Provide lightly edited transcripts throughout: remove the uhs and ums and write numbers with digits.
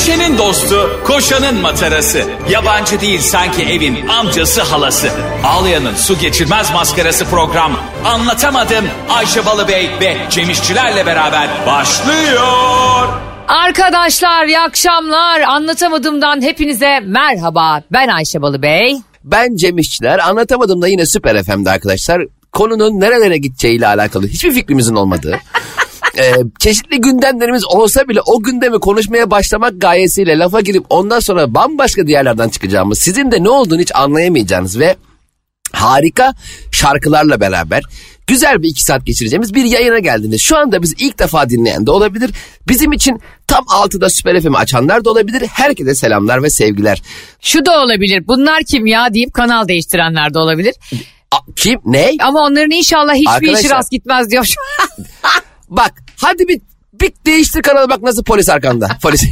Ayşe'nin dostu, koşanın matarası. Yabancı değil sanki evin amcası halası. Ağlayan'ın su geçirmez maskarası program. Anlatamadım Ayşe Balıbey ve Cemişçilerle beraber başlıyor. Arkadaşlar iyi akşamlar. Anlatamadığımdan hepinize merhaba. Ben Ayşe Balıbey. Ben Cem İşçiler. Anlatamadım da yine Süper FM'de arkadaşlar. Konunun nerelere gideceğiyle alakalı hiçbir fikrimizin olmadığı. Çeşitli gündemlerimiz olsa bile o gündemi konuşmaya başlamak gayesiyle lafa girip ondan sonra bambaşka diğerlerden çıkacağımız, sizin de ne olduğunu hiç anlayamayacağınız ve harika şarkılarla beraber güzel bir 2 saat geçireceğimiz bir yayına geldiniz. Şu anda bizi ilk defa dinleyen de olabilir. Bizim için tam 6'da Süper FM'i açanlar da olabilir. Herkese selamlar ve sevgiler. Şu da olabilir. Bunlar kim ya deyip kanal değiştirenler de olabilir. Kim? Ne? Ama onların inşallah hiçbir Arkadaşlar, işi rast gitmez diyor. Bak hadi bir değiştir kanalı, bak nasıl polis arkanda. Polis.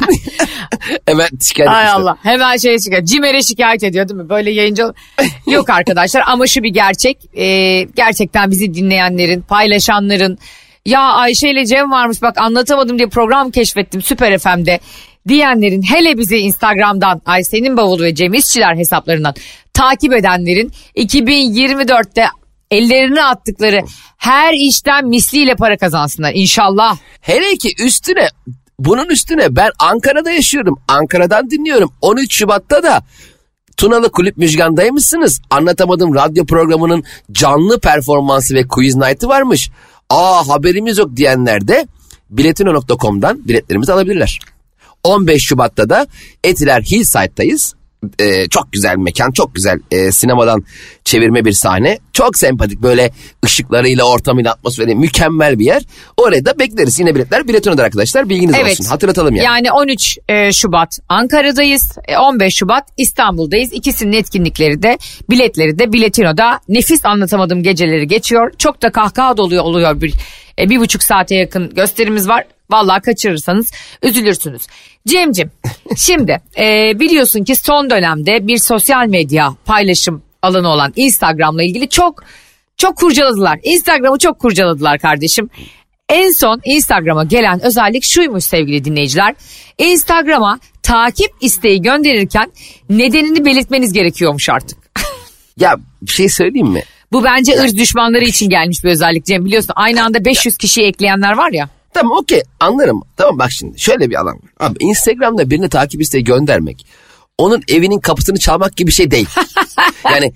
Evet, şikayet Hay etmişler. Allah, hemen şikayet. Cimer'e şikayet ediyor değil mi? Böyle yayıncı. Yok arkadaşlar, ama şu bir gerçek. Gerçekten bizi dinleyenlerin, paylaşanların, ya Ayşe ile Cem varmış bak anlatamadım diye program keşfettim Süper FM'de diyenlerin, hele bizi Instagram'dan Ayşe'nin Bavulu ve Cem İşçiler hesaplarından takip edenlerin 2024'te ellerini attıkları her işten misliyle para kazansınlar inşallah. Hele ki bunun üstüne ben Ankara'da yaşıyorum. Ankara'dan dinliyorum. 13 Şubat'ta da Tunalı Kulüp Müjgan'daymışsınız. Anlatamadım radyo programının canlı performansı ve quiz night'ı varmış. Haberimiz yok diyenler de biletino.com'dan biletlerimizi alabilirler. 15 Şubat'ta da Etiler Hillside'dayız. Çok güzel bir mekan, çok güzel sinemadan çevirme bir sahne. Çok sempatik, böyle ışıklarıyla, ortamıyla, atmosferi mükemmel bir yer. Oraya da bekleriz. Yine biletler Biletino'da arkadaşlar, bilginiz olsun. Hatırlatalım yani. Yani 13 Şubat Ankara'dayız, 15 Şubat İstanbul'dayız. İkisinin etkinlikleri de, biletleri de Biletino'da. Nefis anlatamadığım geceleri geçiyor. Çok da kahkaha dolu oluyor. 1,5 saate yakın gösterimiz var. Vallahi kaçırırsanız üzülürsünüz. Cem'cim şimdi biliyorsun ki son dönemde bir sosyal medya paylaşım alanı olan Instagram'la ilgili çok kurcaladılar. Instagram'ı çok kurcaladılar kardeşim. En son Instagram'a gelen özellik şuymuş sevgili dinleyiciler. Instagram'a takip isteği gönderirken nedenini belirtmeniz gerekiyormuş artık. Ya bir şey söyleyeyim mi? Bu bence ırz düşmanları için gelmiş bir özellik Cem. Biliyorsun aynı anda 500 kişiyi ekleyenler var ya. Tamam, okey, anlarım. Tamam, bak şimdi şöyle bir alan var. Abi Instagram'da birine takip isteği göndermek onun evinin kapısını çalmak gibi bir şey değil. Yani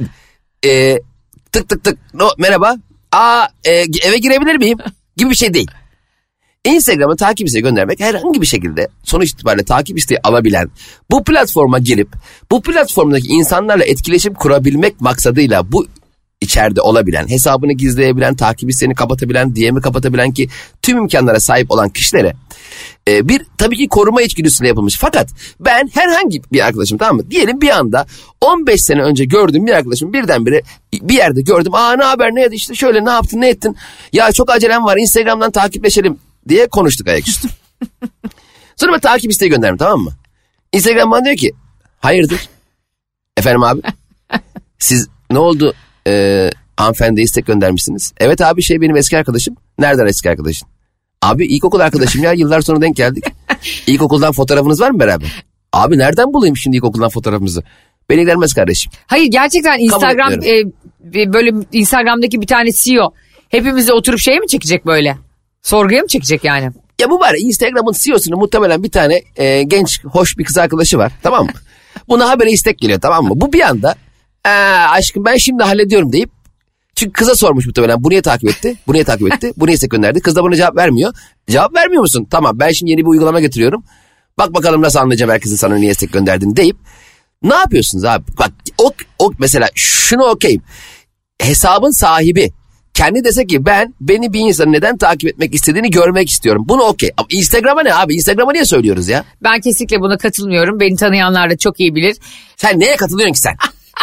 tık tık tık merhaba eve girebilir miyim gibi bir şey değil. Instagram'a takip isteği göndermek herhangi bir şekilde sonuç itibariyle takip isteği alabilen, bu platforma girip bu platformdaki insanlarla etkileşim kurabilmek maksadıyla bu içeride olabilen, hesabını gizleyebilen, takip isteğini kapatabilen, DM'i kapatabilen ki tüm imkanlara sahip olan kişilere bir tabii ki koruma içgüdüsüyle yapılmış. Fakat ben herhangi bir arkadaşım, tamam mı? Diyelim bir anda 15 sene önce gördüğüm bir arkadaşım birdenbire bir yerde gördüm. Ne haber, ne işte şöyle, ne yaptın, ne ettin? Ya çok acelem var, Instagram'dan takipleşelim diye konuştuk ayaküstü. Sonra ben takip isteği gönderdim, tamam mı? Instagram bana diyor ki hayırdır? Efendim abi? Siz ne oldu? Hanımefendi istek göndermişsiniz. Evet abi, benim eski arkadaşım. Nereden eski arkadaşın? Abi ilkokul arkadaşım ya, yıllar sonra denk geldik. İlkokuldan fotoğrafınız var mı beraber? Abi nereden bulayım şimdi ilkokuldan fotoğrafımızı? Beni gelmez kardeşim. Hayır, gerçekten Instagram böyle Instagram'daki bir tane CEO hepimizi oturup şeye mi çekecek böyle? Sorguya mı çekecek yani? Ya bu var, Instagram'ın CEO'sunun muhtemelen bir tane genç hoş bir kız arkadaşı var, tamam mı? Buna habere istek geliyor, tamam mı? Bu bir anda aşkım ben şimdi hallediyorum deyip, çünkü kıza sormuş muhtemelen bu niye takip etti, bu niye takip etti, bu niye istek gönderdi. Kız da bana cevap vermiyor. Cevap vermiyor musun? Tamam, ben şimdi yeni bir uygulama getiriyorum. Bak bakalım nasıl anlayacağım herkesin sana niye istek gönderdiğini deyip ne yapıyorsunuz abi? Bak o mesela şunu okeyim. Hesabın sahibi kendi dese ki beni bir insanın neden takip etmek istediğini görmek istiyorum. Bunu okey. Ama Instagram'a ne abi? Instagram'a niye söylüyoruz ya? Ben kesinlikle buna katılmıyorum. Beni tanıyanlar da çok iyi bilir. Sen neye katılıyorsun ki sen?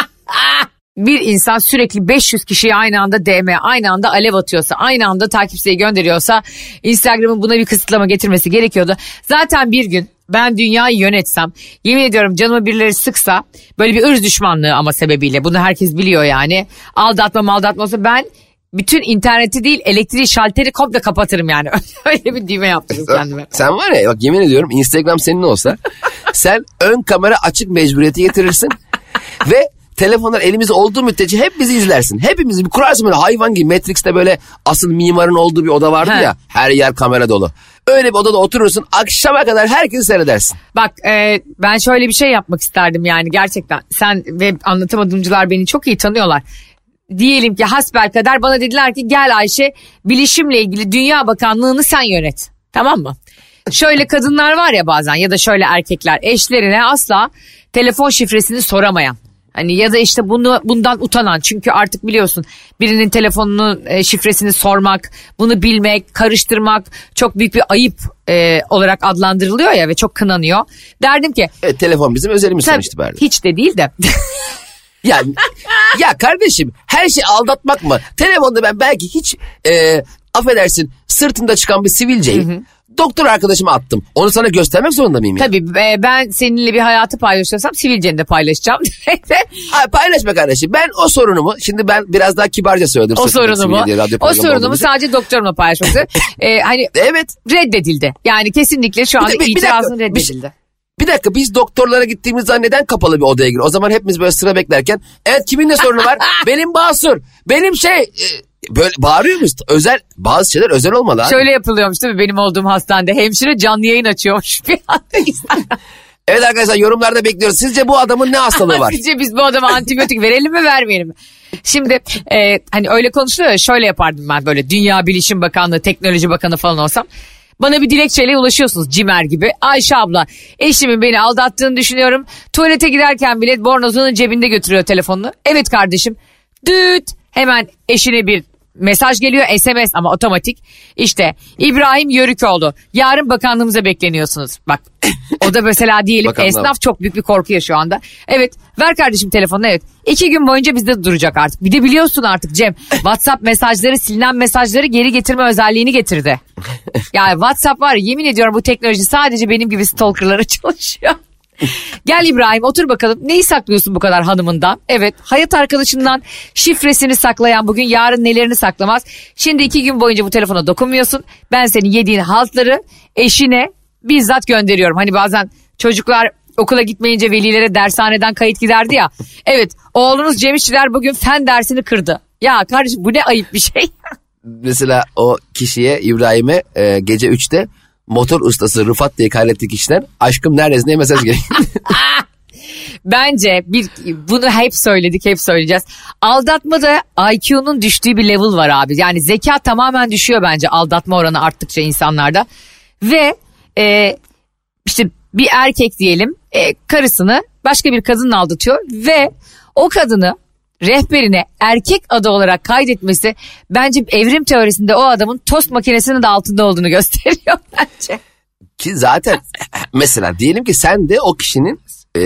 Bir insan sürekli 500 kişiye aynı anda DM, aynı anda alev atıyorsa, aynı anda takipçiyi gönderiyorsa Instagram'ın buna bir kısıtlama getirmesi gerekiyordu. Zaten bir gün ben dünyayı yönetsem, yemin ediyorum canımı birileri sıksa, böyle bir ırz düşmanlığı ama sebebiyle, bunu herkes biliyor yani, aldatma olsa ben bütün interneti değil elektriği şalteri komple kapatırım yani. Öyle bir düğme yaptım kendime. Sen var ya bak yemin ediyorum Instagram senin olsa sen ön kamera açık mecburiyeti getirirsin ve telefonlar elimizde olduğu müddetçe hep bizi izlersin. Hepimizi bir kurarsın böyle hayvan gibi. Matrix'te böyle asıl mimarın olduğu bir oda vardı ya. Her yer kamera dolu. Öyle bir odada oturursun akşama kadar herkesi seyredersin. Bak ben şöyle bir şey yapmak isterdim yani gerçekten. Sen ve anlatamadımcılar beni çok iyi tanıyorlar. Diyelim ki hasbelkader bana dediler ki gel Ayşe bilişimle ilgili Dünya Bakanlığı'nı sen yönet. Tamam mı? Şöyle kadınlar var ya bazen ya da şöyle erkekler eşlerine asla telefon şifresini soramayan. Hani ya da işte bundan utanan çünkü artık biliyorsun birinin telefonunun şifresini sormak, bunu bilmek, karıştırmak çok büyük bir ayıp olarak adlandırılıyor ya ve çok kınanıyor. Derdim ki. Evet telefon bizim özelimiz sonuç itibariyle. Hiç de değil de. Ya kardeşim her şey aldatmak mı? Telefonda ben belki hiç affedersin sırtımda çıkan bir sivilceyi doktor arkadaşıma attım. Onu sana göstermek zorunda mıyım? Tabii ben seninle bir hayatı paylaşıyorsam sivilceni de paylaşacağım. Paylaşma kardeşim. Ben o sorunumu şimdi ben biraz daha kibarca söyledim. O sorunumu sadece doktorumla paylaşmak istiyorum. Hani evet. Reddedildi. Yani kesinlikle şu anda itirazın reddedildi. Bir dakika biz doktorlara gittiğimizde neden kapalı bir odaya giriyor? O zaman hepimiz böyle sıra beklerken evet kimin ne sorunu var? Benim Basur. Benim böyle bağırıyor muyuz? Bazı şeyler özel olmalı abi. Şöyle yapılıyormuş değil mi? Benim olduğum hastanede hemşire canlı yayın açıyormuş bir anda. Evet arkadaşlar yorumlarda bekliyoruz. Sizce bu adamın ne hastalığı var? Sizce biz bu adama antibiyotik verelim mi vermeyelim mi? Şimdi hani öyle konuşuluyor ya şöyle yapardım ben böyle Dünya Bilişim Bakanlığı, Teknoloji Bakanı falan olsam. Bana bir dilekçeyle ulaşıyorsunuz Cimer gibi. Ayşe abla eşimin beni aldattığını düşünüyorum. Tuvalete giderken bile bornozunun cebinde götürüyor telefonunu. Evet kardeşim. Düt hemen eşine bir mesaj geliyor SMS ama otomatik. İşte İbrahim Yörükoğlu yarın bakanlığımıza bekleniyorsunuz. Bak o da mesela diyelim esnaf çok büyük bir korku yaşıyor şu anda. Evet ver kardeşim telefonunu evet. 2 gün boyunca bizde duracak artık. Bir de biliyorsun artık Cem WhatsApp mesajları silinen mesajları geri getirme özelliğini getirdi. Yani WhatsApp var ya yemin ediyorum bu teknoloji sadece benim gibi stalkerlara çalışıyor. Gel İbrahim otur bakalım neyi saklıyorsun bu kadar hanımından? Evet hayat arkadaşından şifresini saklayan bugün yarın nelerini saklamaz. Şimdi 2 gün boyunca bu telefona dokunmuyorsun. Ben senin yediğin haltları eşine bizzat gönderiyorum. Hani bazen çocuklar okula gitmeyince velilere dershaneden kayıt giderdi ya. Evet oğlunuz Cem İşçiler bugün fen dersini kırdı. Ya kardeşim bu ne ayıp bir şey. Mesela o kişiye İbrahim'e gece 3'te motor ustası Rıfat diye kaydettiği kişiler aşkım neredesin diye mesaj geliyor. Bence bunu hep söyledik hep söyleyeceğiz. Aldatmada IQ'nun düştüğü bir level var abi. Yani zeka tamamen düşüyor bence aldatma oranı arttıkça insanlarda. Ve işte bir erkek diyelim karısını başka bir kadınla aldatıyor ve o kadını rehberine erkek adı olarak kaydetmesi bence evrim teorisinde o adamın tost makinesinin de altında olduğunu gösteriyor bence. Ki zaten mesela diyelim ki sen de o kişinin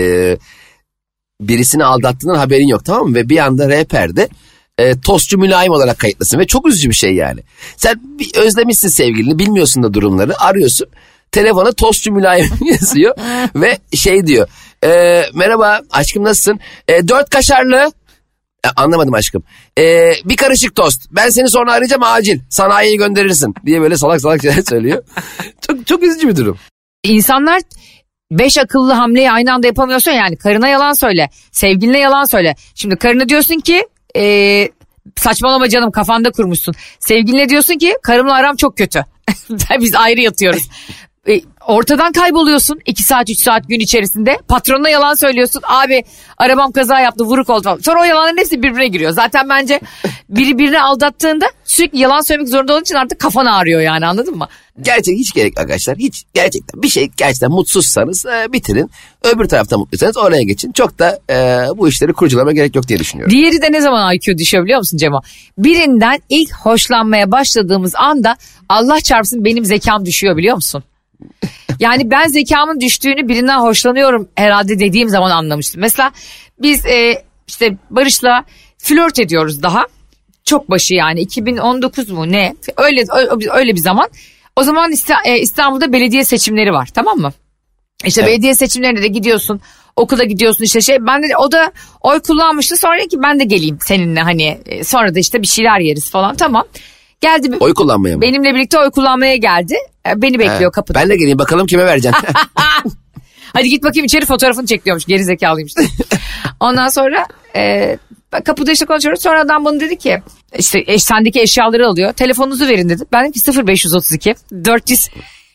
birisini aldattığından haberin yok tamam mı? Ve bir anda rehberde tostçu mülayim olarak kayıtlısın ve çok üzücü bir şey yani. Sen özlemişsin sevgilini bilmiyorsun da durumları arıyorsun. Telefona tostçu mülayim yazıyor ve şey diyor merhaba aşkım nasılsın? 4 kaşarlı. Anlamadım aşkım. Bir karışık tost. Ben seni sonra arayacağım acil. Sanayiye gönderirsin diye böyle salak salak şeyler söylüyor. Çok üzücü bir durum. İnsanlar 5 akıllı hamleyi aynı anda yapamıyorsun yani. Karına yalan söyle. Sevgiline yalan söyle. Şimdi karına diyorsun ki saçmalama canım kafanda kurmuşsun. Sevgiline diyorsun ki karımla aram çok kötü. Biz ayrı yatıyoruz. Ortadan kayboluyorsun 2 saat 3 saat gün içerisinde. Patronuna yalan söylüyorsun. Abi arabam kaza yaptı vuruk oldu falan. Sonra o yalanların hepsi birbirine giriyor. Zaten bence biri birini aldattığında sürekli yalan söylemek zorunda olduğu için artık kafan ağrıyor yani anladın mı? Gerçekten hiç gerek arkadaşlar. Hiç gerçekten bir şey gerçekten mutsuzsanız bitirin. Öbür tarafta mutluysanız oraya geçin. Çok da bu işleri kurcalama gerek yok diye düşünüyorum. Diğeri de ne zaman IQ düşüyor biliyor musun Cemo? Birinden ilk hoşlanmaya başladığımız anda Allah çarpsın benim zekam düşüyor biliyor musun? Yani ben zekamın düştüğünü birinden hoşlanıyorum herhalde dediğim zaman anlamıştım. Mesela biz işte Barış'la flört ediyoruz daha. Çok başı yani 2019 mu ne? Öyle bir zaman. O zaman İstanbul'da belediye seçimleri var tamam mı? İşte belediye seçimlerine de gidiyorsun. okula gidiyorsun işte şey. Ben de o da oy kullanmıştı. Sonra ki ben de geleyim seninle hani sonra da işte bir şeyler yeriz falan. Tamam. Geldi. Oy kullanmaya mı? Benimle birlikte oy kullanmaya geldi. Beni bekliyor kapıda. Ben de geleyim bakalım kime vereceksin. Hadi git bakayım içeri, fotoğrafını çek diyormuş. Geri zekalıymış. Ondan sonra kapıda işte konuşuyoruz. Sonra adam bana dedi ki işte sendeki eşyaları alıyor. Telefonunuzu verin dedi. Ben dedim ki 0532 400.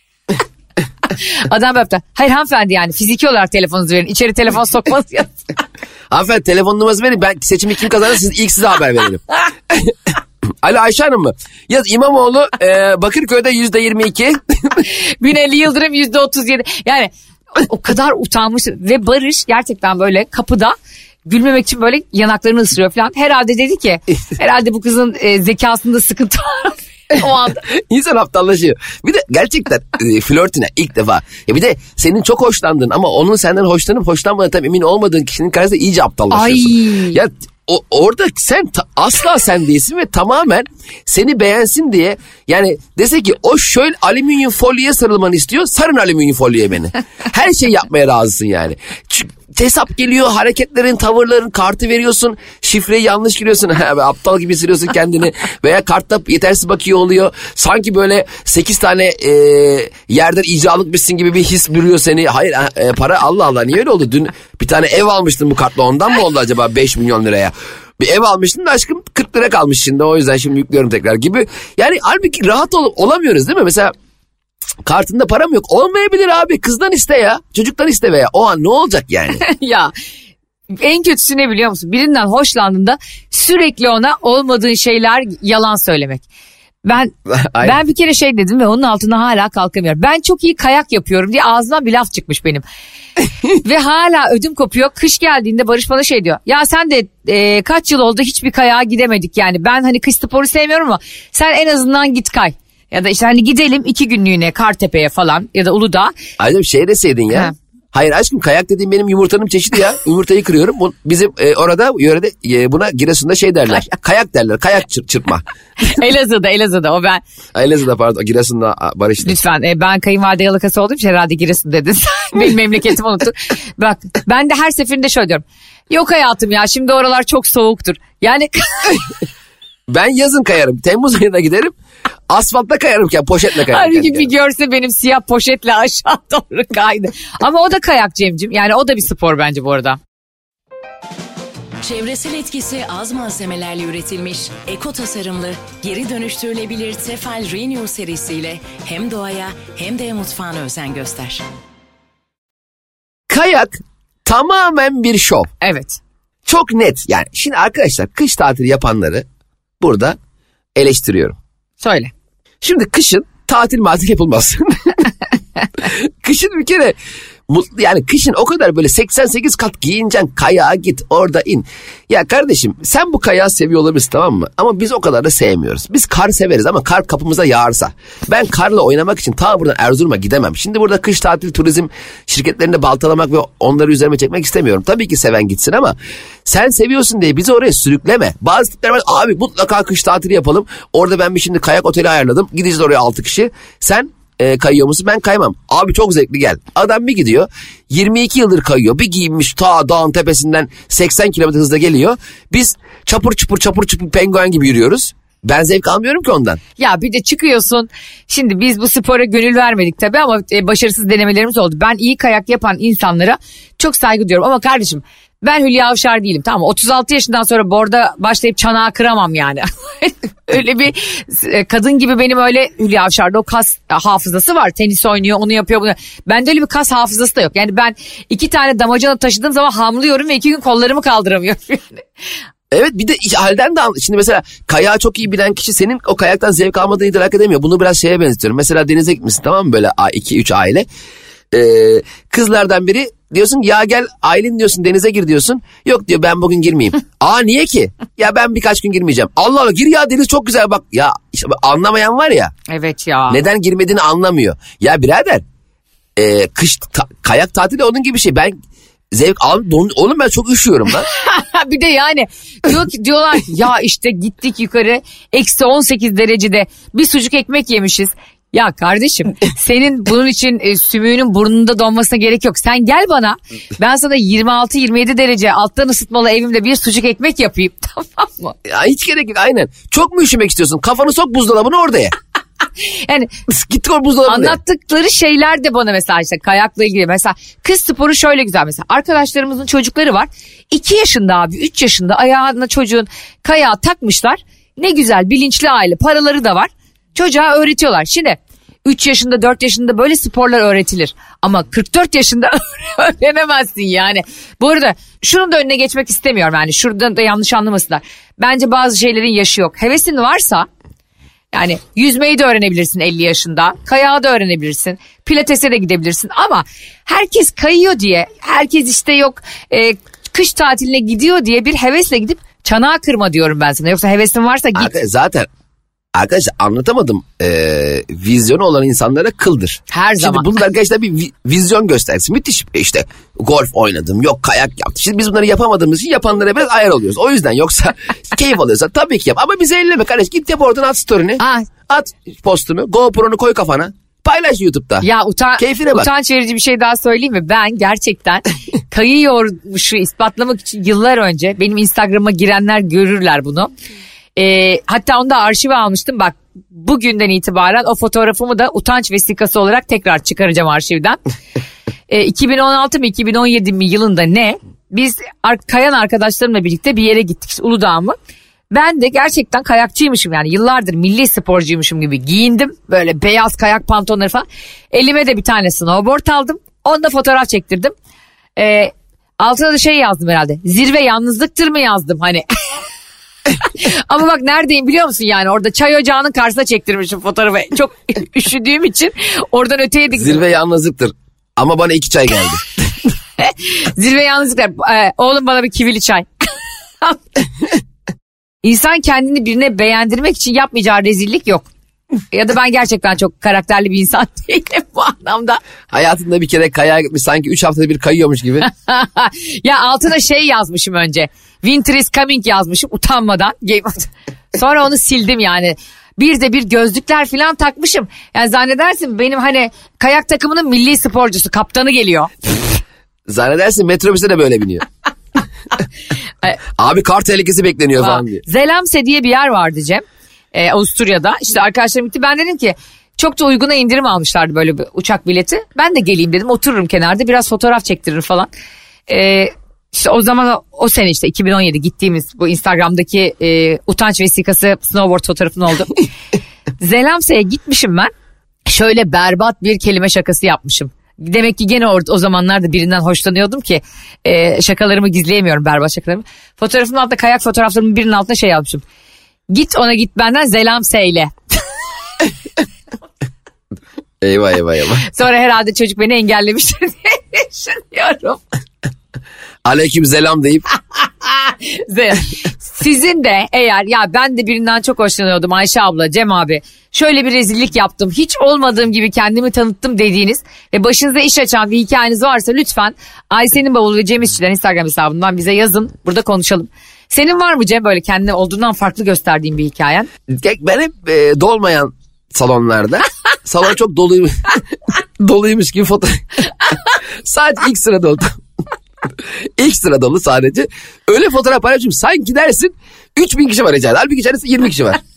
Adam böyle hayır hanımefendi yani fiziki olarak telefonunuzu verin. İçeri telefon sokmanız yazın. Hanımefendi telefon numarası verin. Ben seçimi kim kazanır ilk size haber verelim. Alo Ayşe Hanım mı? Yaz İmamoğlu Bakırköy'de %22. Binali Yıldırım %37. Yani o kadar utanmış ve Barış gerçekten böyle kapıda gülmemek için böyle yanaklarını ısırıyor falan. Herhalde dedi ki herhalde bu kızın zekasında sıkıntı var. O anda. İnsan aptallaşıyor. Bir de gerçekten flörtüne ilk defa. Ya bir de senin çok hoşlandığın ama onun senden hoşlanıp hoşlanmadığını tam emin olmadığın kişinin karşısında iyice aptallaşıyorsun. Ay. Ya orada sen asla sen değilsin ve tamamen seni beğensin diye yani dese ki o şöyle alüminyum folyoya sarılmanı istiyor, sarın alüminyum folyoya beni. Her şey yapmaya razısın yani. Hesap geliyor, hareketlerin, tavırların, kartı veriyorsun, şifreyi yanlış giriyorsun, aptal gibi hissediyorsun kendini veya kartta yetersiz bakıyor oluyor. Sanki böyle 8 tane yerden icralıkmışsın gibi bir his bürüyor seni. Hayır para Allah Allah niye öyle oldu? Dün bir tane ev almıştın bu kartla, ondan mı oldu acaba 5 milyon liraya? Bir ev almıştın da aşkım 40 lira kalmış şimdi, o yüzden şimdi yüklüyorum tekrar gibi. Yani halbuki rahat olamıyoruz değil mi? Mesela kartında param yok. Olmayabilir abi. Kızdan iste ya. Çocuktan iste veya. O an ne olacak yani? Ya en kötüsü ne biliyor musun? Birinden hoşlandığında sürekli ona olmadığın şeyler yalan söylemek. Ben bir kere şey dedim ve onun altına hala kalkamıyorum. Ben çok iyi kayak yapıyorum diye ağzından bir laf çıkmış benim. Ve hala ödüm kopuyor. Kış geldiğinde Barış bana şey diyor. Ya sen de kaç yıl oldu hiçbir kayağa gidemedik yani. Ben hani kış sporu sevmiyorum ama sen en azından git kay. Ya da işte hani gidelim 2 günlüğüne Kartepe'ye falan ya da Uludağ. Ayrıca şey deseydin ya. Hayır aşkım, kayak dediğim benim yumurtanın çeşidi ya. Yumurtayı kırıyorum. Bizim orada yörede buna Giresun'da şey derler. Kayak derler. Kayak çırpma. Elazığ'da o ben. Elazığ'da pardon, Giresun'da Barış'ta. Lütfen ben kayınvalide yalakası olduğum için herhalde Giresun dedin. Benim memleketimi unuttun. Bak ben de her seferinde şöyle diyorum. Yok hayatım ya şimdi oralar çok soğuktur. Yani... Ben yazın kayarım. Temmuz ayında giderim. Asfaltta kayarım ki poşetle kayarım. Halbuki bir görse benim siyah poşetle aşağı doğru kaydı. Ama o da kayak Cem'cim. Yani o da bir spor bence bu arada. Çevresel etkisi az malzemelerle üretilmiş, eko tasarımlı, geri dönüştürülebilir Tefal Renew serisiyle hem doğaya hem de mutfağına özen göster. Kayak tamamen bir şov. Evet. Çok net yani. Şimdi arkadaşlar kış tatili yapanları burada eleştiriyorum. Söyle. Şimdi kışın tatil yapılmaz. Kışın bir kere yani kışın o kadar böyle 88 kat giyineceksin, kayağa git orada in. Ya kardeşim sen bu kayağı seviyor olabilirsin tamam mı? Ama biz o kadar da sevmiyoruz. Biz kar severiz ama kar kapımıza yağarsa. Ben karla oynamak için ta buradan Erzurum'a gidemem. Şimdi burada kış tatil turizm şirketlerini baltalamak ve onları üzerime çekmek istemiyorum. Tabii ki seven gitsin ama sen seviyorsun diye bizi oraya sürükleme. Bazı tipler var abi mutlaka kış tatili yapalım. Orada ben şimdi kayak oteli ayarladım. Gideceğiz oraya 6 kişi. Sen kayıyor musun? Ben kaymam. Abi çok zevkli gel. Adam bir gidiyor 22 yıldır kayıyor. Bir giyinmiş ta dağın tepesinden 80 kilometre hızla geliyor. Biz çapur çupur penguen gibi yürüyoruz. Ben zevk almıyorum ki ondan. Ya bir de çıkıyorsun. Şimdi biz bu spora gönül vermedik tabii ama başarısız denemelerimiz oldu. Ben iyi kayak yapan insanlara çok saygı duyuyorum. Ama kardeşim ben Hülya Avşar değilim tamam mı? 36 yaşından sonra borda başlayıp çanağı kıramam yani. Öyle bir kadın gibi benim öyle Hülya Avşar'da o kas hafızası var. Tenis oynuyor, onu yapıyor, bunu. Bende öyle bir kas hafızası da yok. Yani ben 2 tane damacana taşıdığım zaman hamlıyorum ve 2 gün kollarımı kaldıramıyorum. Evet bir de halden de şimdi mesela kayağı çok iyi bilen kişi senin o kayaktan zevk almadığını idrak edemiyor. Bunu biraz şeye benzetiyorum. Mesela denize gitmişsin tamam mı, böyle 2-3 aile. Kızlardan biri diyorsun ya gel Aylin diyorsun denize gir diyorsun. Yok diyor ben bugün girmeyeyim. Niye ki? Ya ben birkaç gün girmeyeceğim. Allah Allah gir ya deniz çok güzel bak. Ya işte anlamayan var ya. Evet ya. Neden girmediğini anlamıyor. Ya birader kayak tatili onun gibi bir şey. Ben zevk oğlum ben çok üşüyorum lan. Bir de yani diyorlar ya işte gittik yukarı eksi 18 derecede bir sucuk ekmek yemişiz. Ya kardeşim senin bunun için sümüğünün burnunda donmasına gerek yok. Sen gel bana, ben sana 26-27 derece alttan ısıtmalı evimde bir sucuk ekmek yapayım, tamam mı? Ya hiç gerek yok, aynen. Çok mu üşümek istiyorsun? Kafanı sok buzdolabına, orada ye. Yani Git o buzdolabına ye. anlattıkları şeyler de bana mesela işte kayakla ilgili. Mesela kız sporu şöyle güzel mesela. Arkadaşlarımızın çocukları var. 2 yaşında abi, 3 yaşında ayağına çocuğun kayağı takmışlar. Ne güzel, bilinçli aile, paraları da var. Çocuğa öğretiyorlar. Şimdi 3 yaşında 4 yaşında böyle sporlar öğretilir. Ama 44 yaşında öğrenemezsin yani. Bu arada şunun da önüne geçmek istemiyorum yani. Şuradan da yanlış anlamasınlar. Bence bazı şeylerin yaşı yok. Hevesin varsa yani yüzmeyi de öğrenebilirsin 50 yaşında. Kayağı da öğrenebilirsin. Pilatese de gidebilirsin. Ama herkes kayıyor diye, herkes işte yok kış tatiline gidiyor diye bir hevesle gidip çanağı kırma diyorum ben sana. Yoksa hevesin varsa git. Zaten arkadaşlar anlatamadım. Vizyonu olan insanlara kıldır. Her zaman. Şimdi bunlar arkadaşlar bir vizyon göstersin. Müthiş, işte golf oynadım, yok kayak yaptım. Şimdi biz bunları yapamadığımız için yapanlara biraz ayar oluyoruz. O yüzden, yoksa keyif alıyorsa tabii ki yap. Ama bizi elleme kardeş, git yap oradan, at story'ni. At postunu, GoPro'nu koy kafana. Paylaş YouTube'da. Ya keyfine bak. Utanç verici bir şey daha söyleyeyim mi? Ben gerçekten kayıyormuşu ispatlamak için yıllar önce, benim Instagram'a girenler görürler bunu. Hatta onu da arşive almıştım. Bak bugünden itibaren o fotoğrafımı da utanç vesikası olarak tekrar çıkaracağım arşivden. 2016 mı 2017 mi yılında ne? Biz kayan arkadaşlarımla birlikte bir yere gittik, işte Uludağ mı? Ben de gerçekten kayakçıymışım yani, yıllardır milli sporcuymuşum gibi giyindim. Böyle beyaz kayak pantolonları falan. Elime de bir tane snowboard aldım. Onunla fotoğraf çektirdim. Altına da şey yazdım herhalde. Zirve yalnızlıktır mı yazdım hani. Ama bak neredeyim biliyor musun yani, orada çay ocağının karşısına çektirmişim fotoğrafı. Çok üşüdüğüm için oradan öteye de gidiyorum. Zirve yalnızlıktır ama bana 2 çay geldi. Zirve yalnızlıktır. Oğlum bana bir kivili çay. İnsan kendini birine beğendirmek için yapmayacağı rezillik yok. Ya da ben gerçekten çok karakterli bir insan değilim bu anlamda. Hayatında bir kere kayağa gitmiş, sanki 3 haftada bir kayıyormuş gibi. Ya altına şey yazmışım önce. Winter is coming yazmışım utanmadan. Sonra onu sildim yani. Bir de bir gözlükler falan takmışım. Yani zannedersin benim hani kayak takımının milli sporcusu, kaptanı geliyor. Zannedersin metrobüse de böyle biniyor. Abi kar tehlikesi bekleniyor falan diye. Zelamse diye bir yer vardı Cem. Avusturya'da. İşte arkadaşlarım gitti. Ben dedim ki çok da uyguna indirim almışlardı böyle bir uçak bileti. Ben de geleyim dedim. Otururum kenarda biraz fotoğraf çektiririm falan. İşte o zaman o sene işte 2017 gittiğimiz bu Instagram'daki utanç vesikası snowboard fotoğrafın oldu. Zelamse'ye gitmişim ben. Şöyle berbat bir kelime şakası yapmışım. Demek ki gene o zamanlarda birinden hoşlanıyordum ki şakalarımı gizleyemiyorum, berbat şakalarımı. Fotoğrafımın altında, kayak fotoğraflarımın birinin altına şey yazmışım. Git ona git benden Zelamse'yle. Eyvah. Sonra herhalde çocuk beni engellemiştir diye düşünüyorum. Aleyküm selam deyip. Sizin de eğer ya ben de birinden çok hoşlanıyordum Ayşe abla, Cem abi, şöyle bir rezillik yaptım, hiç olmadığım gibi kendimi tanıttım dediğiniz ve başınıza iş açan bir hikayeniz varsa lütfen Ayşe'nin bavulu ve Cem İşçilerin Instagram hesabından bize yazın, burada konuşalım. Senin var mı Cem böyle kendini olduğundan farklı gösterdiğin bir hikayen? Ben hep dolmayan salonlarda, salon çok doluymuş gibi fotoğraf. Sadece ilk sıra dolu. İlk sıra dolu sadece. Öyle fotoğraf paylaşıyorum. Sanki dersin 3000 kişi var içeride. Halbuki içeride 20 kişi var.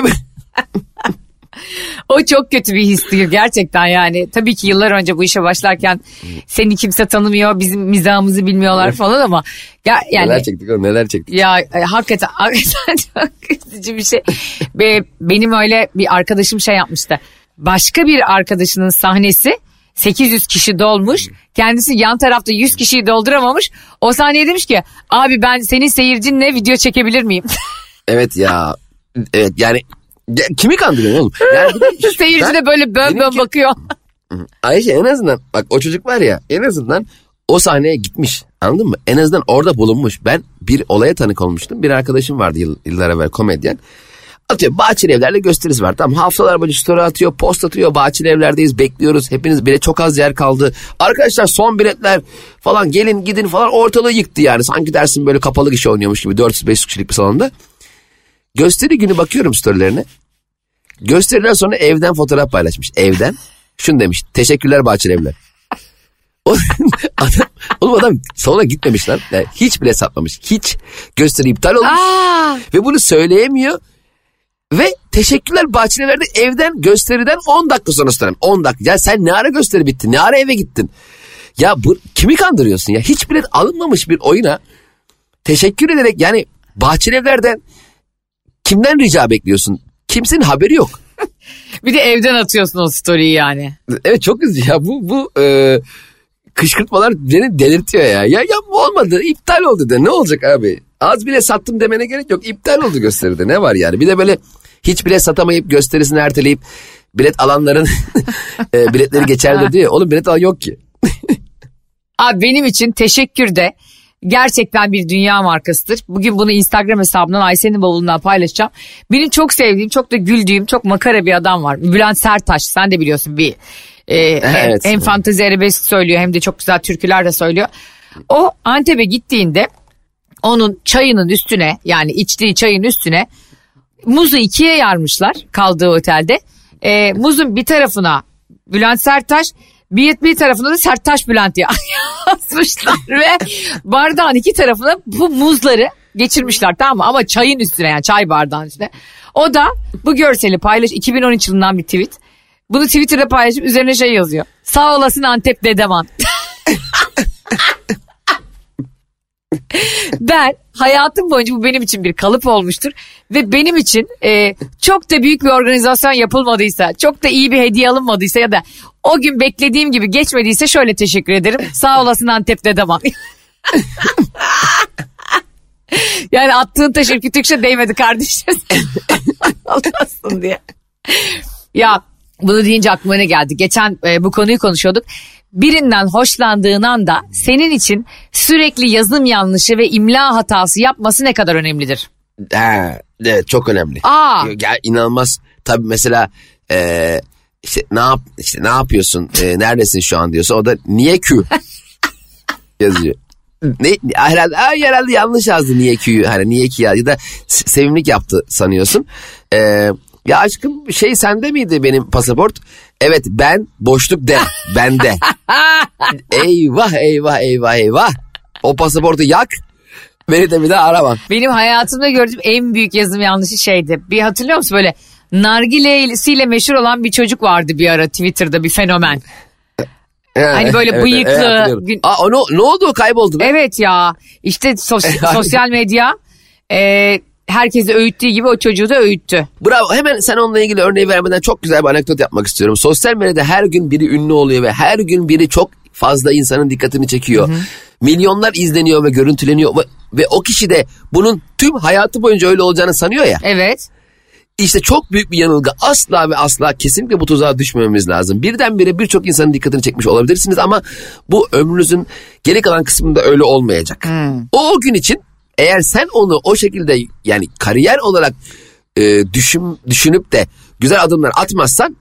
O çok kötü bir histi gerçekten yani. Tabii ki yıllar önce bu işe başlarken seni kimse tanımıyor, bizim mizahımızı bilmiyorlar falan ama ya yani neler çektik. Ya hakikaten çok üzücü bir şey. Benim öyle bir arkadaşım şey yapmıştı. Başka bir arkadaşının sahnesi 800 kişi dolmuş. Kendisi yan tarafta 100 kişiyi dolduramamış. O sahneye demiş ki abi ben senin seyircinle video çekebilir miyim? Evet ya. Evet yani kimi kandırıyorsun oğlum? Yani seyirci de böyle bön bakıyor. Ayşe en azından bak, o çocuk var ya, en azından o sahneye gitmiş, anladın mı? En azından orada bulunmuş. Ben bir olaya tanık olmuştum. Bir arkadaşım vardı yıllar evvel, komedyen. Atıyor, Bahçeli Evler'de gösterisi var. Tamam, haftalar boyunca story atıyor, post atıyor. Bahçeli Evler'deyiz, bekliyoruz. Hepiniz, bile çok az yer kaldı. Arkadaşlar son biletler falan, gelin gidin falan, ortalığı yıktı yani. Sanki dersin böyle kapalı gişe oynuyormuş gibi 400-500 kişilik bir salonda. Gösteri günü bakıyorum storylerine. Gösteriden sonra evden fotoğraf paylaşmış. Evden. Şunu demiş. Teşekkürler Bahçeli Evler. Adam salona gitmemiş lan. Yani hiç bile satmamış. Hiç. Gösteri iptal olmuş. Ve bunu söyleyemiyor. Ve teşekkürler Bahçeli Evler'de evden gösteriden 10 dakika sonra söylenen. 10 dakika. Ya sen ne ara gösteri bitti? Ne ara eve gittin? Ya kimi kandırıyorsun ya? Hiç bilet alınmamış bir oyuna teşekkür ederek yani Bahçeli Evler'den kimden rica bekliyorsun? Kimsenin haberi yok. Bir de evden atıyorsun o story'yi yani. Evet çok üzücü ya. Bu kışkırtmalar beni delirtiyor ya. Ya bu olmadı. İptal oldu de. Ne olacak abi? Az bile sattım demene gerek yok. İptal oldu gösteride. Ne var yani? Bir de böyle hiç bile satamayıp gösterisini erteleyip bilet alanların biletleri geçerli diyor. Oğlum bilet alan yok ki. Abi benim için teşekkür de gerçekten bir dünya markasıdır. Bugün bunu Instagram hesabından Ayşe'nin bavulundan paylaşacağım. Benim çok sevdiğim, çok da güldüğüm, çok makara bir adam var. Bülent Serttaş, sen de biliyorsun bir evet. Hem fantezi arabesk söylüyor hem de çok güzel türküler de söylüyor. O Antep'e gittiğinde onun çayının üstüne, yani içtiği çayın üstüne muzu ikiye yarmışlar kaldığı otelde. Muzun bir tarafına Bülent Serttaş, bir tarafına da Serttaş Bülent yazmışlar ve bardağın iki tarafına bu muzları geçirmişler, tamam mı? Ama çayın üstüne, yani çay bardağın üstüne. O da bu görseli 2013 yılından bir tweet. Bunu Twitter'da paylaşıp üzerine şey yazıyor. Sağ olasın Antep Dedeman. Ben hayatım boyunca bu benim için bir kalıp olmuştur. Ve benim için çok da büyük bir organizasyon yapılmadıysa, çok da iyi bir hediye alınmadıysa ya da o gün beklediğim gibi geçmediyse şöyle teşekkür ederim. Sağ olasın Antep Dedeman. Yani attığın taş ürkütükçe değmedi kardeşim. Olmasın diye. Ya bunu deyince aklıma ne geldi? Geçen bu konuyu konuşuyorduk. Birinden hoşlandığın anda senin için sürekli yazım yanlışı ve imla hatası yapması ne kadar önemlidir? Evet çok önemli. Ya, inanılmaz. Tabii mesela işte ne yapıyorsun? Neredesin şu an diyorsa o da niye Q yazıyor. Herhalde yanlış yazdı niye Q'yu. Hani niye Q ya da sevimlilik yaptı sanıyorsun. Ya aşkım sende miydi benim pasaport? Evet ben boşluk de bende. Eyvah. O pasaportu yak. Beni de bir daha arama. Benim hayatımda gördüğüm en büyük yazım yanlışı şeydi. Bir hatırlıyor musun böyle nargilesiyle meşhur olan bir çocuk vardı bir ara Twitter'da, bir fenomen. Hani böyle bıyıklı. Ne oldu, o kayboldu be? Evet ya işte sosyal medya herkesi öğüttüğü gibi o çocuğu da öğüttü. Bravo, hemen sen onunla ilgili örneği vermeden çok güzel bir anekdot yapmak istiyorum. Sosyal medyada her gün biri ünlü oluyor ve her gün biri çok fazla insanın dikkatini çekiyor. Hı-hı. Milyonlar izleniyor ve görüntüleniyor ve o kişi de bunun tüm hayatı boyunca öyle olacağını sanıyor ya. Evet. İşte çok büyük bir yanılgı. Asla ve asla kesinlikle bu tuzağa düşmememiz lazım. Birdenbire birçok insanın dikkatini çekmiş olabilirsiniz ama bu ömrünüzün geri kalan kısmında öyle olmayacak. O gün için eğer sen onu o şekilde yani kariyer olarak düşünüp de güzel adımlar atmazsan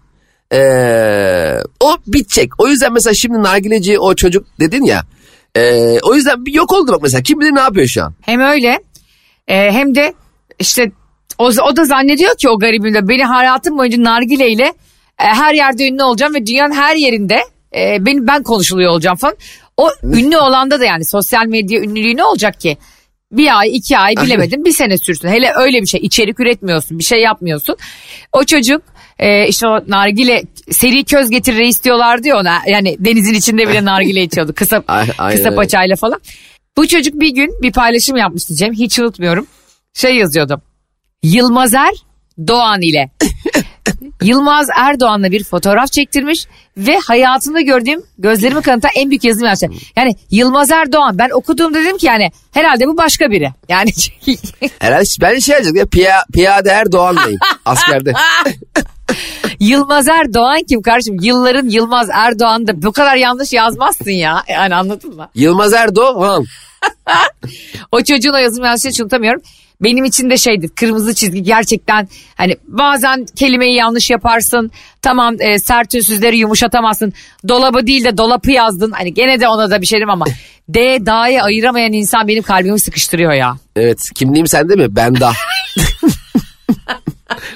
o bitecek. O yüzden mesela şimdi nargileci o çocuk dedin ya, o yüzden bir yok oldu bak mesela, kim bilir ne yapıyor şu an. Hem öyle hem de işte o da zannediyor ki o garibim de beni hayatım boyunca nargileyle her yerde ünlü olacağım ve dünyanın her yerinde ben konuşuluyor olacağım falan. O ünlü olanda da yani sosyal medya ünlülüğü ne olacak ki? Bir ay, 2 ay bilemedim, bir sene sürsün. Hele öyle bir şey, içerik üretmiyorsun, bir şey yapmıyorsun. O çocuk işte o nargile seri köz getir reis diyorlardı ya ona. Yani denizin içinde bile nargile içiyordu kısa paçayla falan. Bu çocuk bir gün bir paylaşım yapmıştı Cem, hiç unutmuyorum. Yazıyordu. Yılmazer Doğan ile. Yılmaz Erdoğan'la bir fotoğraf çektirmiş ve hayatımda gördüğüm, gözlerimi kanıtan en büyük yazım yazmış. Yani Yılmaz Erdoğan, ben okuduğumda dedim ki yani herhalde bu başka biri. Yani herhalde ben yazacak ya, Piyade Erdoğan'layım askerde. Yılmaz Erdoğan kim kardeşim? Yılların Yılmaz Erdoğan'da bu kadar yanlış yazmazsın ya. Yani anladın mı? Yılmaz Erdoğan. O çocuğun o yazım yanlışı hiç unutamıyorum. Benim için de kırmızı çizgi gerçekten, hani bazen kelimeyi yanlış yaparsın, tamam sert ünsüzleri yumuşatamazsın, dolabı değil de dolapı yazdın, hani gene de ona da bir şeyim ama da'yı ayıramayan insan benim kalbimi sıkıştırıyor ya. Evet, kimliğim sende mi? Ben da.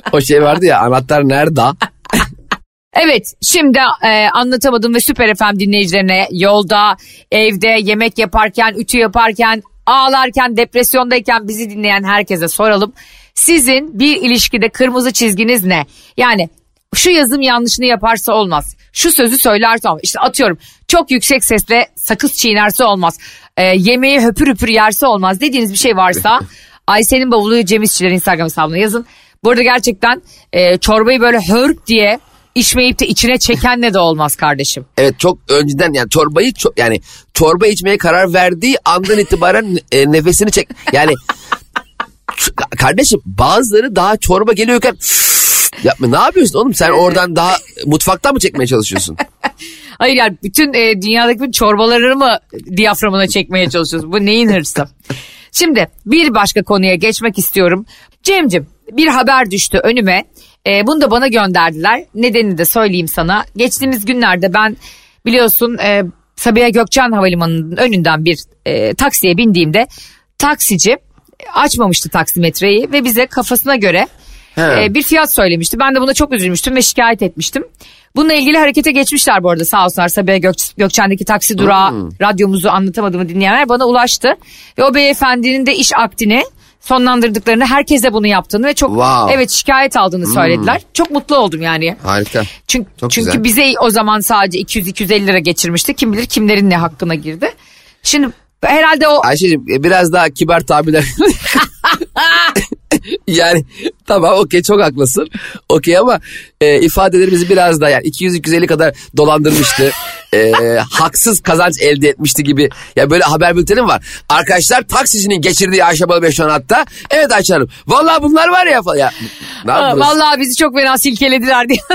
O şey vardı ya, anahtar nerede? Evet, şimdi anlatamadım ve Süper FM dinleyicilerine yolda, evde, yemek yaparken, ütü yaparken, ağlarken, depresyondayken bizi dinleyen herkese soralım. Sizin bir ilişkide kırmızı çizginiz ne? Yani şu yazım yanlışını yaparsa olmaz. Şu sözü söylerse olmaz. İşte atıyorum, çok yüksek sesle sakız çiğnerse olmaz. Yemeği höpür höpür yerse olmaz dediğiniz bir şey varsa Ayşe'nin bavulu Cem İşçiler Instagram hesabına yazın. Bu arada gerçekten çorbayı böyle hörp diye içmeyip de içine çekenle de olmaz kardeşim. Evet, çok önceden yani yani çorba içmeye karar verdiği andan itibaren nefesini çek. Yani kardeşim, bazıları daha çorba geliyorken yapma, ne yapıyorsun oğlum sen, oradan daha mutfaktan mı çekmeye çalışıyorsun? Hayır yani bütün dünyadaki bütün çorbaları mı diyaframına çekmeye çalışıyorsun? Bu neyin hırsı? Şimdi bir başka konuya geçmek istiyorum. Cem'cim, bir haber düştü önüme. Bunu da bana gönderdiler. Nedenini de söyleyeyim sana. Geçtiğimiz günlerde ben biliyorsun Sabiha Gökçen Havalimanı'nın önünden bir taksiye bindiğimde taksici açmamıştı taksimetreyi ve bize kafasına göre bir fiyat söylemişti. Ben de buna çok üzülmüştüm ve şikayet etmiştim. Bununla ilgili harekete geçmişler bu arada, sağ olsunlar. Sabiha Gökçen'deki taksi durağı radyomuzu anlatamadığımı dinleyenler bana ulaştı. Ve o beyefendinin de iş akdini sonlandırdıklarını, herkese bunu yaptığını ve çok evet şikayet aldığını söylediler. Çok mutlu oldum yani. Harika. Çünkü bize o zaman sadece 200-250 lira geçirmişti. Kim bilir kimlerin ne hakkına girdi. Şimdi herhalde o... Ayşe'cim biraz daha kibar tabirler. Yani tamam, okey, çok haklısın. Okey ama ifadelerimizi biraz daha yani 200-250 kadar dolandırmıştı. Haksız kazanç elde etmişti gibi. Ya böyle haber bültenim var. Arkadaşlar, taksicinin geçirdiği Ayşe Balıbey şu an hatta. Evet Ayşe Hanım. Vallahi bunlar var ya falan. Ya, vallahi bizi çok fena silkelediler diye.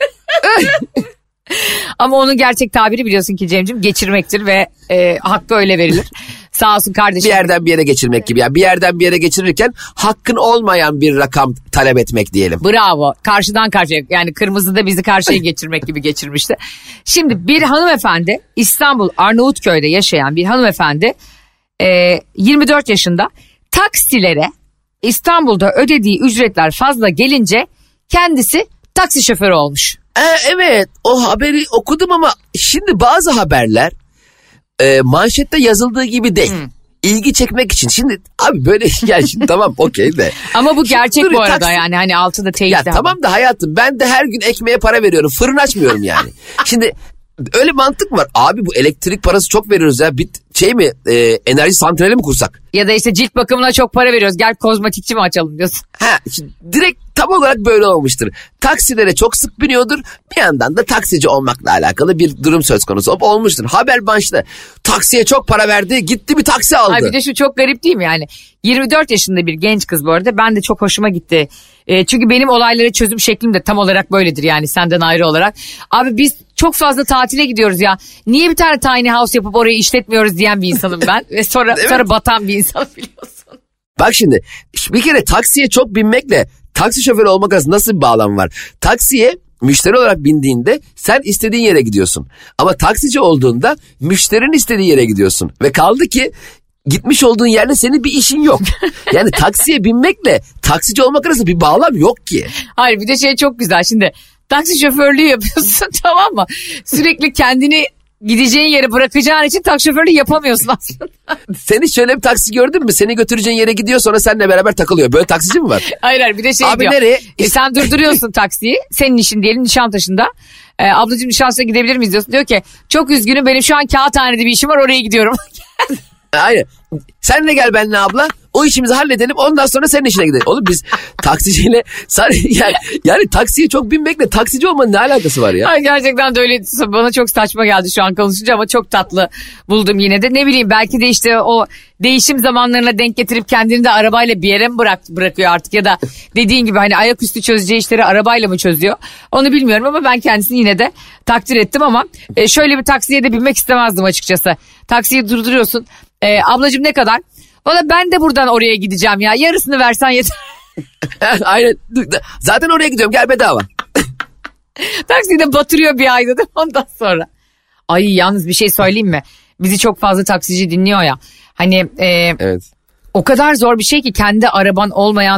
Ama onun gerçek tabiri biliyorsun ki Cem'ciğim, geçirmektir ve hakkı öyle verilir. Sağ olsun kardeşim. Bir yerden bir yere geçirmek gibi ya. Bir yerden bir yere geçirirken hakkın olmayan bir rakam talep etmek diyelim. Bravo. Karşıdan karşıya, yani kırmızıda bizi karşıya geçirmek gibi geçirmişti. Şimdi bir hanımefendi, İstanbul Arnavutköy'de yaşayan bir hanımefendi, 24 yaşında, taksilere İstanbul'da ödediği ücretler fazla gelince kendisi taksi şoförü olmuş. Evet, o haberi okudum ama şimdi bazı haberler manşette yazıldığı gibi değil. İlgi çekmek için. Şimdi abi böyle yani şimdi tamam okey de. Ama bu gerçek bu arada yani hani altında teyit. Ya tamam da hayatım, ben de her gün ekmeğe para veriyorum. Fırın açmıyorum yani. Şimdi öyle mantık var. Abi bu elektrik parası çok veriyoruz ya. Bir enerji santrali mi kursak? Ya da işte cilt bakımına çok para veriyoruz. Gel kozmetikçi mi açalım diyorsun. Direkt tam olarak böyle olmuştur. Taksilere çok sık biniyordur. Bir yandan da taksici olmakla alakalı bir durum söz konusu olmuştur. Haber başta taksiye çok para verdi, gitti bir taksi aldı. Ay bir de şu çok garip değil mi yani? 24 yaşında bir genç kız bu arada. Ben de çok hoşuma gitti. Çünkü benim olaylara çözüm şeklim de tam olarak böyledir yani, senden ayrı olarak. Abi biz çok fazla tatile gidiyoruz ya. Niye bir tane tiny house yapıp orayı işletmiyoruz diyen bir insanım ben. Ve sonra batan bir insanım, biliyorsun. Bak şimdi bir kere taksiye çok binmekle taksi şoförü olmak arasında nasıl bir bağlam var? Taksiye müşteri olarak bindiğinde sen istediğin yere gidiyorsun. Ama taksici olduğunda müşterinin istediği yere gidiyorsun. Ve kaldı ki gitmiş olduğun yerde senin bir işin yok. Yani taksiye binmekle taksici olmak arasında bir bağlam yok ki. Hayır, bir de şey çok güzel. Şimdi taksi şoförlüğü yapıyorsun tamam mı? Sürekli kendini gideceğin yere bırakacağın için taksi şoförlüğü yapamıyorsun aslında. Seni şöyle bir taksi gördün mü? Seni götüreceğin yere gidiyor, sonra seninle beraber takılıyor. Böyle taksici mi var? Hayır bir de şey abi diyor. Nereye? Sen durduruyorsun taksiyi. Senin işin diyelim Nişantaşı'nda. Ablacığım Nişantaşı'na gidebilir miyiz diyorsun. Diyor ki çok üzgünüm, benim şu an Kağıthane'de bir işim var, oraya gidiyorum. Aynen. Sen de gel benimle abla. O işimizi halledelim, ondan sonra senin işine gidelim. Oğlum biz taksiciyle yani taksiye çok binmekle taksici olmanın ne alakası var ya? Ay gerçekten de öyle, bana çok saçma geldi şu an konuşunca ama çok tatlı buldum yine de. Ne bileyim, belki de işte o değişim zamanlarına denk getirip kendini de arabayla bir yere mi bırakıyor artık, ya da dediğin gibi hani ayaküstü çözeceği işleri arabayla mı çözüyor? Onu bilmiyorum ama ben kendisini yine de takdir ettim ama şöyle bir taksiye de binmek istemezdim açıkçası. Taksiyi durduruyorsun. Ablacığım ne kadar? Valla ben de buradan oraya gideceğim ya. Yarısını versen yeter. Aynen. Zaten oraya gidiyorum, gel bedava. Taksiyi de batırıyor bir ayda da ondan sonra. Ay yalnız bir şey söyleyeyim mi? Bizi çok fazla taksici dinliyor ya. Hani evet. O kadar zor bir şey ki kendi araban olmayan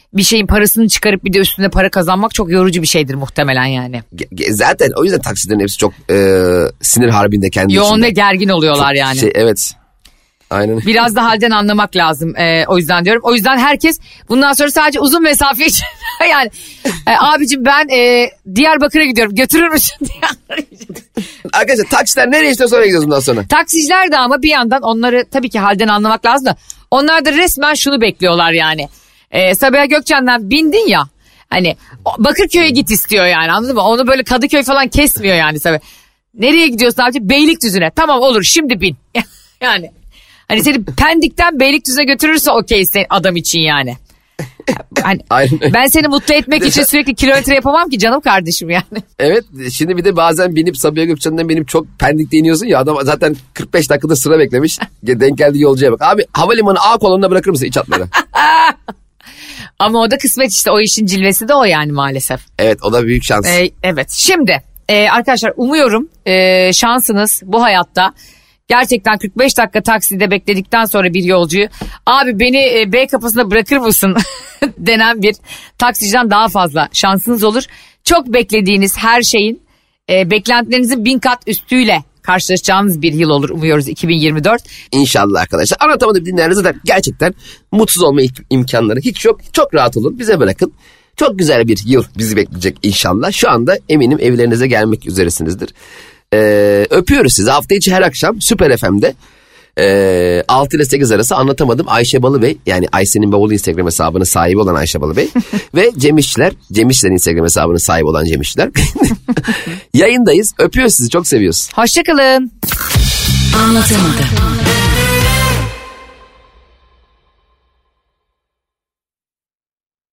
bir şeyin parasını çıkarıp bir de üstüne para kazanmak çok yorucu bir şeydir muhtemelen yani. Zaten o yüzden taksitlerin hepsi çok sinir harbinde kendi Yoğun içinde. ve gergin oluyorlar Çok yani. Evet. Aynen. Biraz da halden anlamak lazım. O yüzden diyorum. O yüzden herkes bundan sonra sadece uzun mesafe için yani abicim ben Diyarbakır'a gidiyorum. Götürür müsün diye. Arkadaşlar taksiler nereye istiyorsa oraya gidiyoruz bundan sonra. Taksiciler de ama bir yandan onları tabii ki halden anlamak lazım da onlar da resmen şunu bekliyorlar yani. Sabiha Gökçen'den bindin ya hani Bakırköy'e git istiyor yani, anladın mı? Onu böyle Kadıköy falan kesmiyor yani Sabiha. Nereye gidiyorsun abi? Beylikdüzü'ne. Tamam olur şimdi bin. Yani hani seni Pendik'ten Beylikdüzü'ne götürürse okeyse adam için yani. Hani ben seni mutlu etmek için sürekli kilometre yapamam ki canım kardeşim yani. Evet, şimdi bir de bazen binip Sabiha Gökçen'den benim çok Pendik'te iniyorsun ya, adam zaten 45 dakikada sıra beklemiş. Denk geldi yolcuya bak. Abi havalimanı A kolonuna bırakır mısın iç hatlara? Ama o da kısmet işte, o işin cilvesi de o yani maalesef. Evet, o da büyük şans. Evet şimdi arkadaşlar umuyorum şansınız bu hayatta. Gerçekten 45 dakika takside bekledikten sonra bir yolcuyu abi beni B kapısına bırakır mısın denen bir taksiciden daha fazla şansınız olur. Çok beklediğiniz her şeyin beklentilerinizin 1000 kat üstüyle karşılaşacağınız bir yıl olur umuyoruz 2024. İnşallah arkadaşlar. Anlatamadım dinleyenlerinize de gerçekten mutsuz olma imkanları hiç yok. Çok rahat olun, bize bırakın. Çok güzel bir yıl bizi bekleyecek inşallah. Şu anda eminim evlerinize gelmek üzeresinizdir. Öpüyoruz sizi. Hafta içi her akşam Süper FM'de 6 ile 8 arası Anlatamadım Ayşe Balıbey, yani Ayşe'nin bavulu Instagram hesabının sahibi olan Ayşe Balıbey ve Cem İşçiler'in Instagram hesabının sahibi olan Cem İşçiler yayındayız. Öpüyoruz sizi, çok seviyoruz. Hoşçakalın. Anlatamadım.